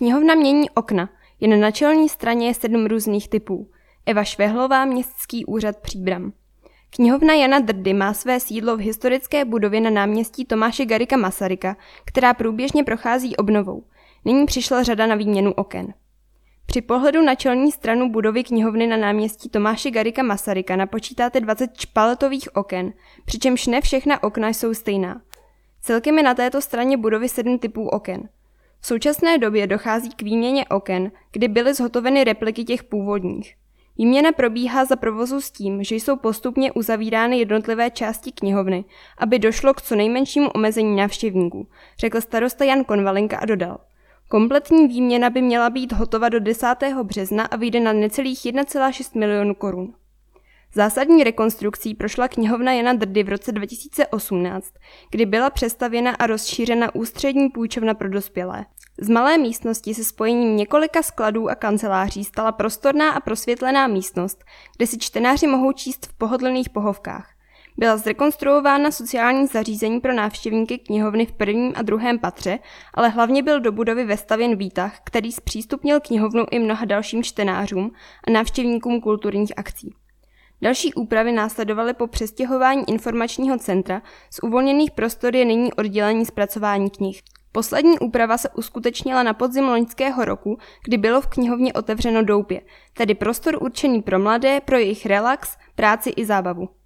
Knihovna mění okna. Jen na čelní straně je 7 různých typů. Eva Švehlová, Městský úřad Příbram. Knihovna Jana Drdy má své sídlo v historické budově na náměstí Tomáše Garrigua Masaryka, která průběžně prochází obnovou. Nyní přišla řada na výměnu oken. Při pohledu na čelní stranu budovy knihovny na náměstí Tomáše Garrigua Masaryka napočítáte 20 špaletových oken, přičemž ne všechna okna jsou stejná. Celkem je na této straně budovy 7 typů oken. V současné době dochází k výměně oken, kdy byly zhotoveny repliky těch původních. Výměna probíhá za provozu s tím, že jsou postupně uzavírány jednotlivé části knihovny, aby došlo k co nejmenšímu omezení návštěvníků, řekl starosta Jan Konvalinka a dodal. Kompletní výměna by měla být hotova do 10. března a vyjde na necelých 1,6 milionu korun. Zásadní rekonstrukcí prošla knihovna Jana Drdy v roce 2018, kdy byla přestavěna a rozšířena ústřední půjčovna pro dospělé. Z malé místnosti se spojením několika skladů a kanceláří stala prostorná a prosvětlená místnost, kde si čtenáři mohou číst v pohodlných pohovkách. Byla zrekonstruována sociální zařízení pro návštěvníky knihovny v 1. a 2. patře, ale hlavně byl do budovy vestavěn výtah, který zpřístupnil knihovnu i mnoha dalším čtenářům a návštěvníkům kulturních akcí. Další úpravy následovaly po přestěhování informačního centra, z uvolněných prostor je nyní oddělení zpracování knih. Poslední úprava se uskutečnila na podzim loňského roku, kdy bylo v knihovně otevřeno doupě, tedy prostor určený pro mladé, pro jejich relax, práci i zábavu.